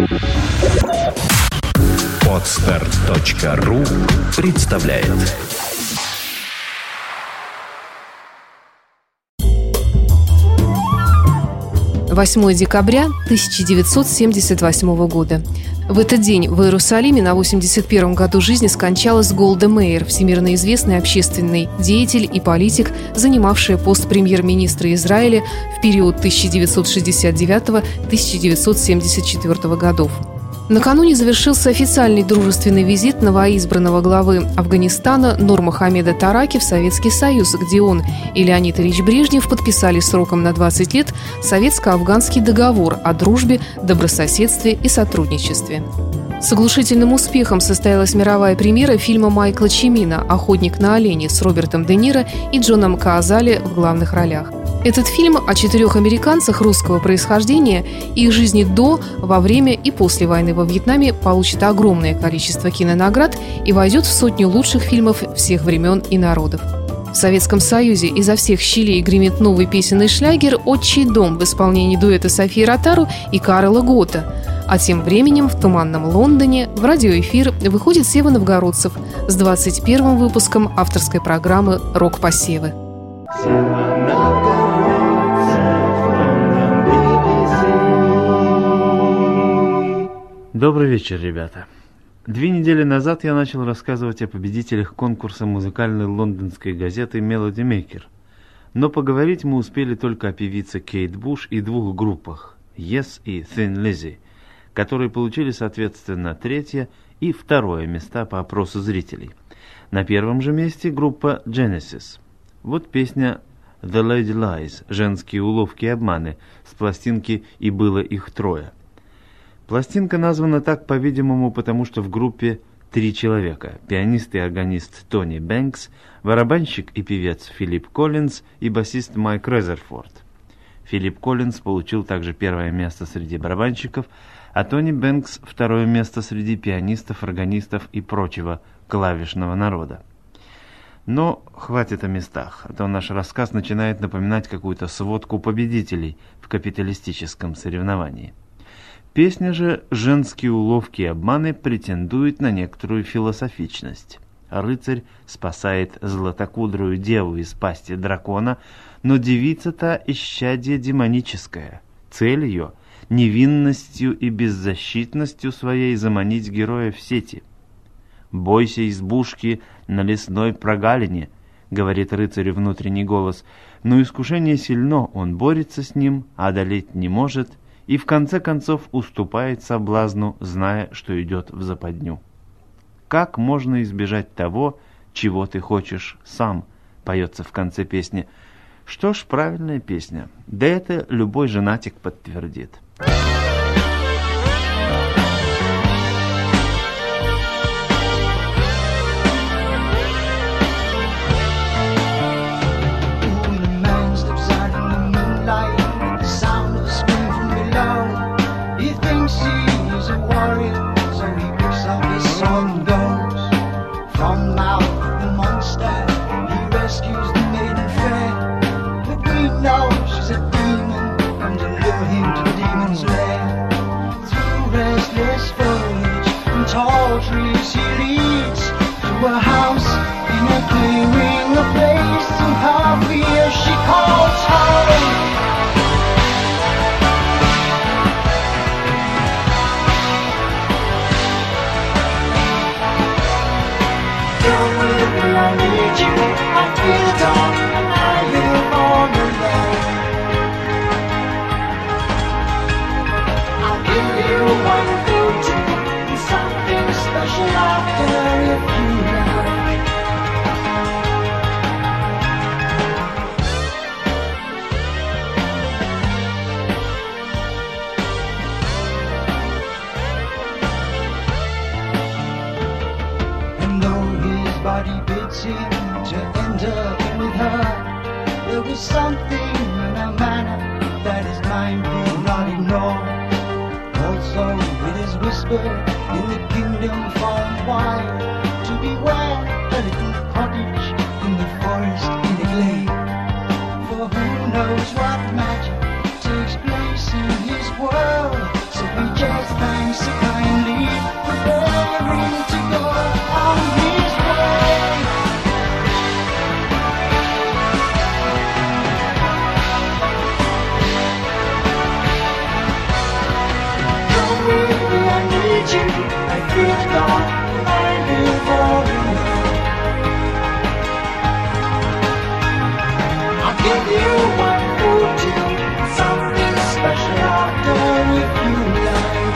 Podster.ru представляет. 8 декабря 1978 года. В этот день в Иерусалиме на 81-м году жизни скончалась Голда Меир, всемирно известный общественный деятель и политик, занимавшая пост премьер-министра Израиля в период 1969-1974 годов. Накануне завершился официальный дружественный визит новоизбранного главы Афганистана Нурмухамеда Тараки в Советский Союз, где он и Леонид Ильич Брежнев подписали сроком на 20 лет Советско-афганский договор о дружбе, добрососедстве и сотрудничестве. С оглушительным успехом состоялась мировая премьера фильма Майкла Чимина «Охотник на оленей» с Робертом Де Ниро и Джоном Каазале в главных ролях. Этот фильм о 4 американцах русского происхождения и их жизни до, во время и после войны во Вьетнаме получит огромное количество кинонаград и войдет в 100 лучших фильмов всех времен и народов. В Советском Союзе изо всех щелей гремит новый песенный шлягер «Отчий дом» в исполнении дуэта Софии Ротару и Карла Готта. А тем временем в туманном Лондоне в радиоэфир выходит Сева Новгородцев с 21-м выпуском авторской программы «Рок-посевы». Добрый вечер, ребята. 2 недели назад я начал рассказывать о победителях конкурса музыкальной лондонской газеты Melody Maker. Но поговорить мы успели только о певице Кейт Буш и 2 группах Yes и Thin Lizzy, которые получили соответственно 3 и 2 места по опросу зрителей. На 1-м же месте группа Genesis. Вот песня The Lady Lies, женские уловки и обманы, с пластинки «И было их 3». Пластинка названа так, по-видимому, потому что в группе 3 человека: пианист и органист Тони Бэнкс, барабанщик и певец Филипп Коллинз и басист Майк Резерфорд. Филипп Коллинз получил также 1 место среди барабанщиков, а Тони Бэнкс 2 место среди пианистов, органистов и прочего клавишного народа. Но хватит о местах, а то наш рассказ начинает напоминать какую-то сводку победителей в капиталистическом соревновании. Песня же «Женские уловки и обманы» претендует на некоторую философичность. Рыцарь спасает златокудрую деву из пасти дракона, но девица-то исчадие демоническое. Цель ее — невинностью и беззащитностью своей заманить героя в сети. «Бойся избушки на лесной прогалине», — говорит рыцарю внутренний голос, но искушение сильно, он борется с ним, одолеть не может и в конце концов уступает соблазну, зная, что идет в западню. «Как можно избежать того, чего ты хочешь сам?» — поется в конце песни. Что ж, правильная песня. Да это любой женатик подтвердит. In the kingdom far and wide, to beware a little cottage in the forest in the glade. For who knows what magic takes place in his world, so we just thank so kindly, preparing to go on his way. Come with me, I need you. I feel dark, I live all alone. I'll give you one for two, something special I've done if you like.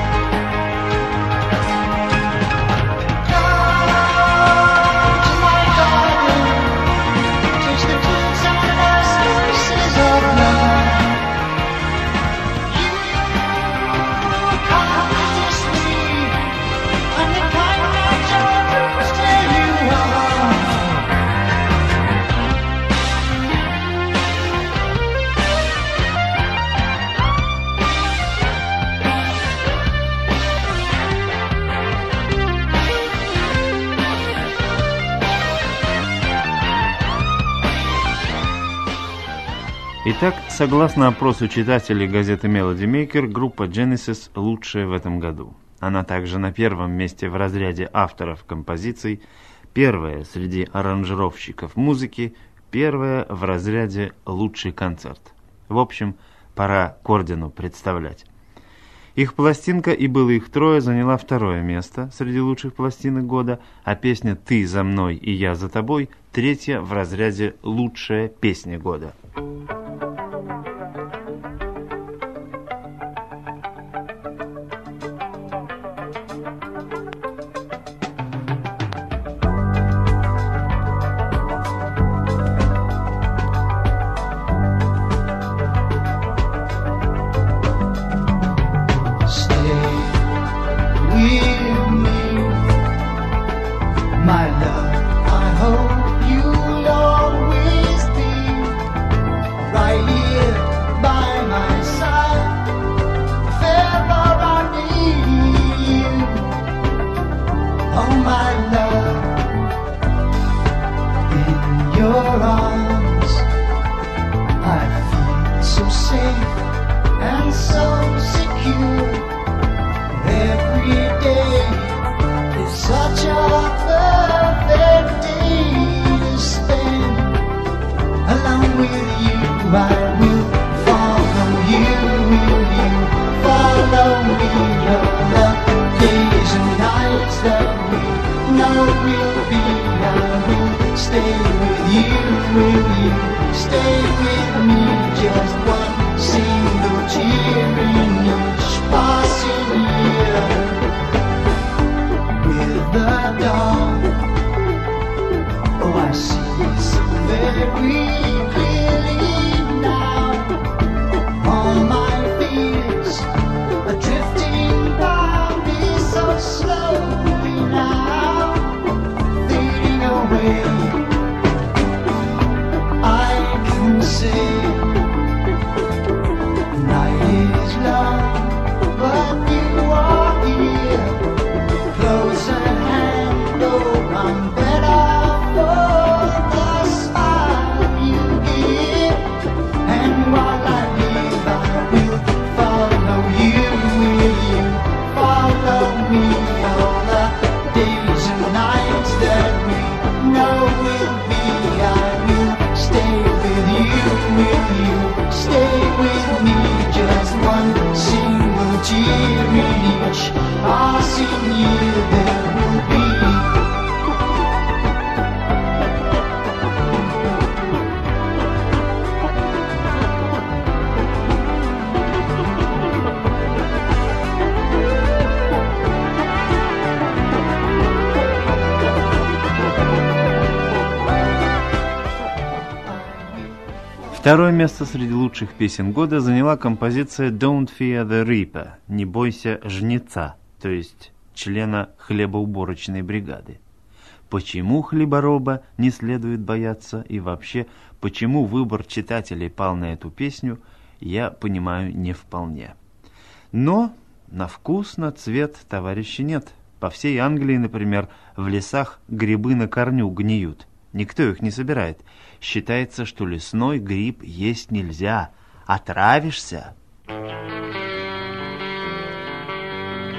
Come to my garden, taste the fruits and the spices of love. You can't resist me, I'm the kind that your roots tell you are. Итак, согласно опросу читателей газеты Melody Maker, группа Genesis лучшая в этом году. Она также на первом месте в разряде авторов композиций, первая среди аранжировщиков музыки, первая в разряде лучший концерт. В общем, пора к ордену представлять. Их пластинка «И было их трое» заняла второе место среди лучших пластинок года, а песня «Ты за мной и я за тобой» третья в разряде «Лучшая песня года». Stay with me, my love. I hope you'll always be right here by my side. If ever I need you, oh my love, in your arms I feel so safe and so secure. Every day is such a perfect day to spend along with you. I will follow you. Will you follow me? All the days and nights that we know will be, I will stay with you. Will you stay with me? Just one single cheer in each passing year. With the dawn, oh, I see so very clearly now. All my fears are drifting by me so slowly now, fading away. I can say night is long, but you are here, close at hand. Oh, I'm better for the smile you give. And while I live, I will follow you. Will you follow me? All the days and nights that we know will be, I will stay with you. Will you stay with me? Just one single tear in each passing year there will be. Второе место среди лучших песен года заняла композиция «Don't Fear the Reaper» – «Не бойся жнеца», то есть члена хлебоуборочной бригады. Почему хлебороба не следует бояться и вообще, почему выбор читателей пал на эту песню, я понимаю не вполне. Но на вкус, на цвет товарища нет. По всей Англии, например, в лесах грибы на корню гниют. Никто их не собирает. Считается, что лесной гриб есть нельзя. Отравишься.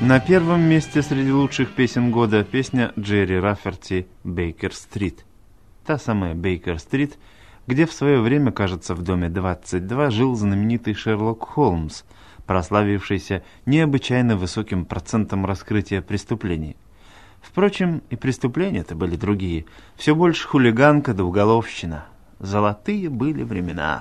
На первом месте среди лучших песен года песня Джерри Раферти «Бейкер-стрит». Та самая Бейкер-стрит, где в свое время, кажется, в доме 22 жил знаменитый Шерлок Холмс, прославившийся необычайно высоким процентом раскрытия преступлений. Впрочем, и преступления-то были другие. Все больше хулиганка да уголовщина. Золотые были времена.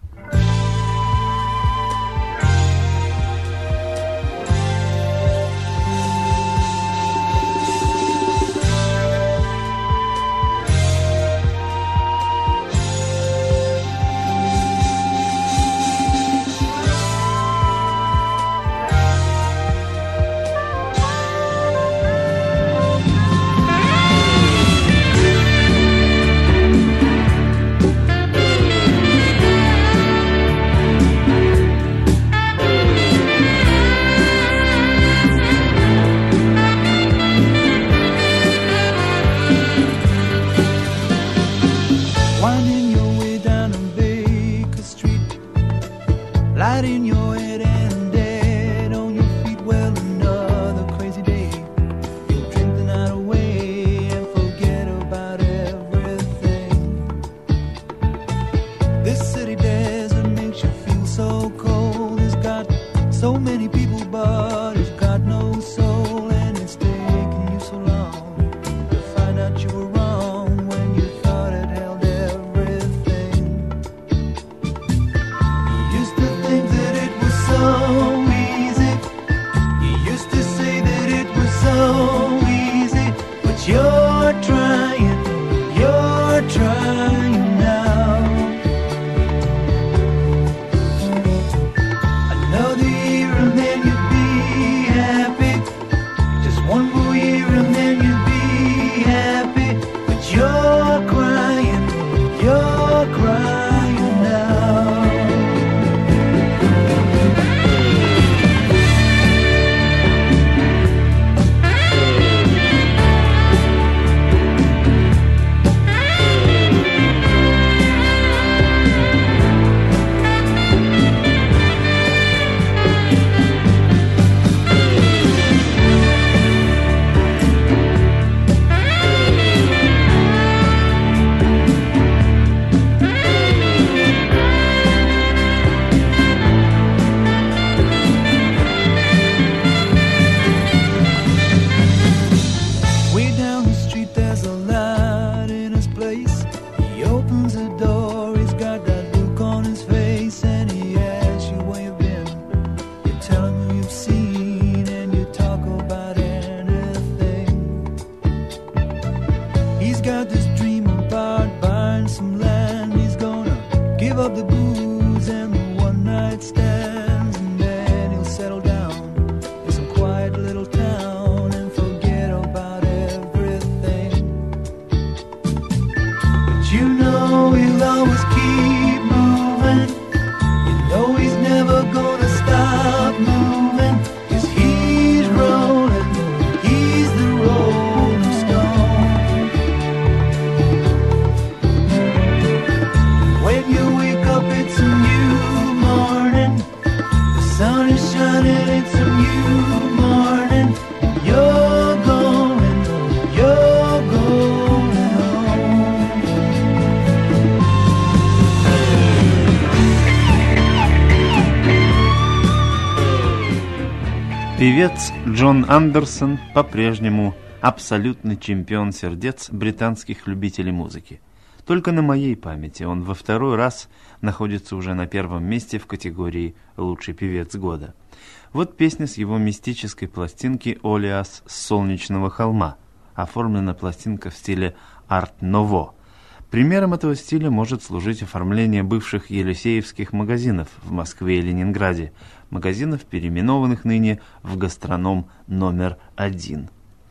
Певец Джон Андерсон по-прежнему абсолютный чемпион сердец британских любителей музыки. Только на моей памяти он во второй раз находится уже на первом месте в категории «Лучший певец года». Вот песня с его мистической пластинки «Олиас с солнечного холма». Оформлена пластинка в стиле арт-ново. Примером этого стиля может служить оформление бывших елисеевских магазинов в Москве и Ленинграде, магазинов, переименованных ныне в «Гастроном номер 1».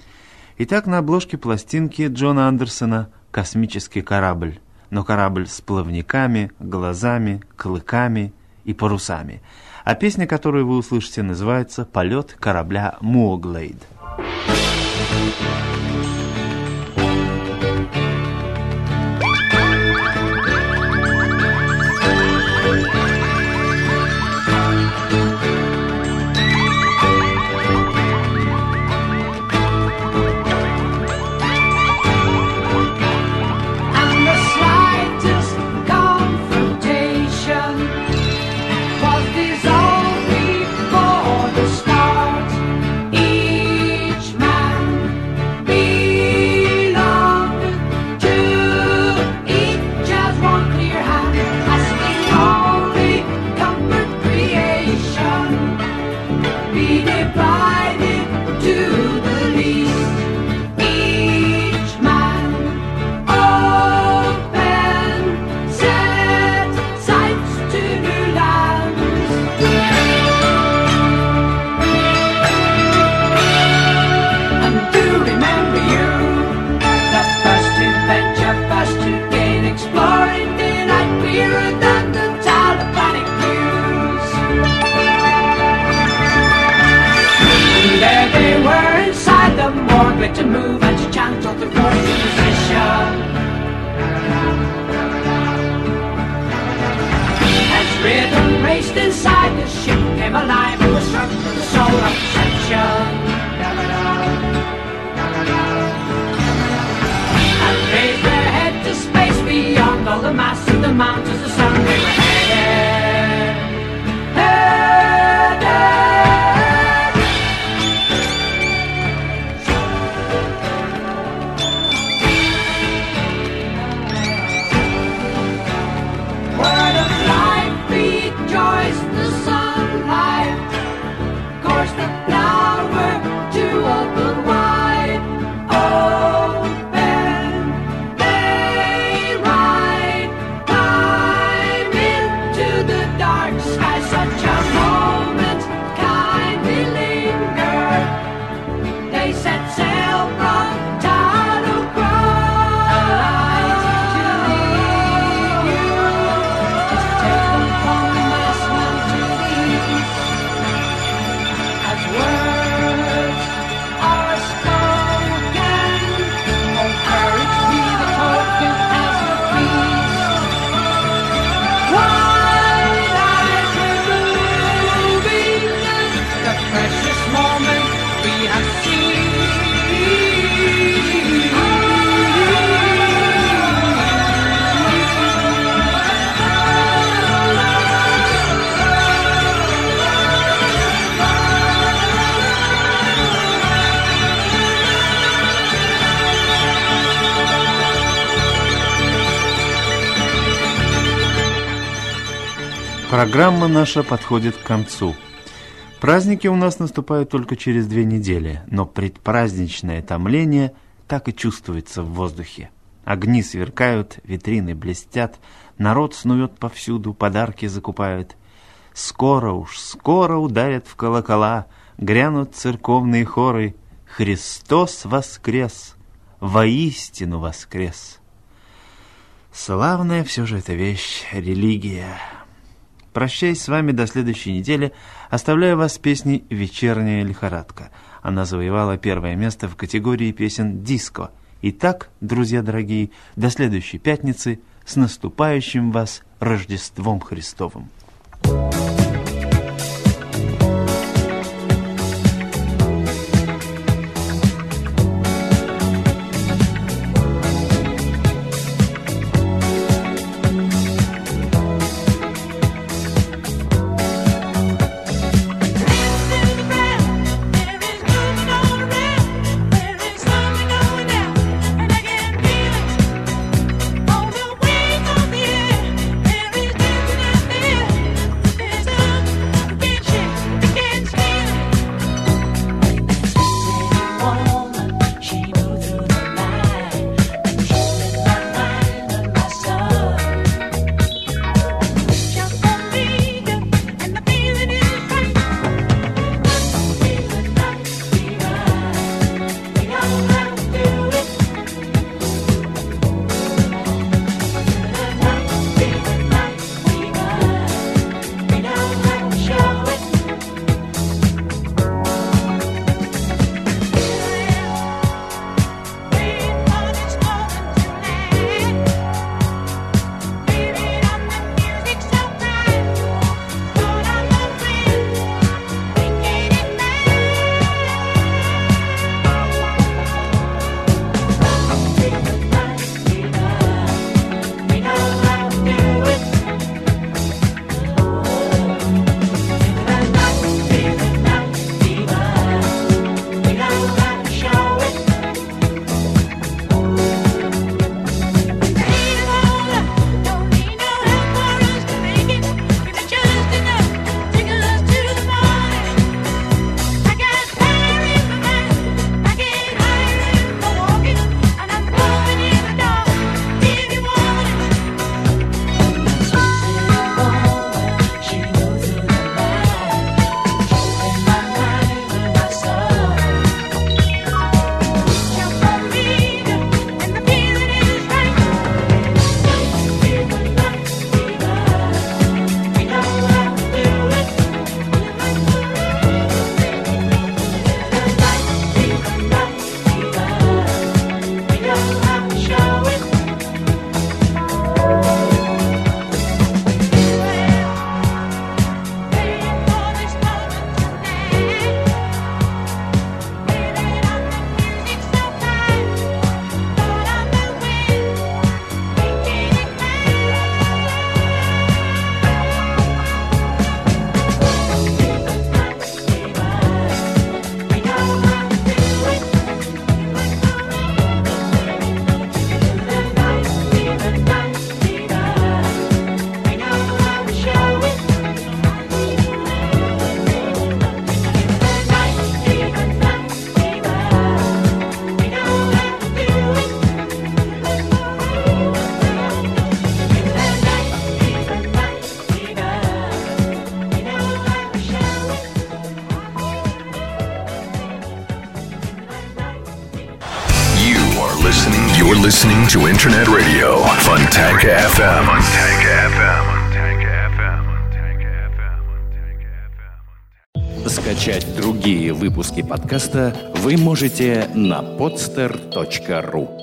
Итак, на обложке пластинки Джона Андерсона космический корабль, но корабль с плавниками, глазами, клыками и парусами. А песня, которую вы услышите, называется «Полет корабля Муоглейд». divided to the least. Each man open, set sights to new lands. And do remember you, the first to venture, first to gain, exploring daylight clearer than the Taliban views. There they were inside the morgue, ready to move and to chant all the roads to position. As rhythm raced inside the ship, came alive and was struck with the soul of perception. And raised their head to space beyond all the mass of the mountains, the sun they were headed. Word of life rejoiced the sunlight, coursed the flower to open wide. Open they ride, climb into the dark sky. Such a moment kindly lingered. They set sail from Talo to lead you. As words are spoken, oh courage be the token as the feast. Wide-eyed removing the precious moment we have seen. Программа наша подходит к концу. Праздники у нас наступают только через 2 недели, но предпраздничное томление так и чувствуется в воздухе. Огни сверкают, витрины блестят, народ снует повсюду, подарки закупают. Скоро ударят в колокола, грянут церковные хоры. Христос воскрес, воистину воскрес. Славная все же эта вещь, религия. Прощаясь с вами до следующей недели, оставляю вас с песней «Вечерняя лихорадка». Она завоевала 1 место в категории песен «Диско». Итак, друзья дорогие, до следующей пятницы. С наступающим вас Рождеством Христовым! On the wing of the air, there is dancing out there. You're listening to Internet Radio Fontanka FM. Скачать другие выпуски подкаста вы можете на podster.ru.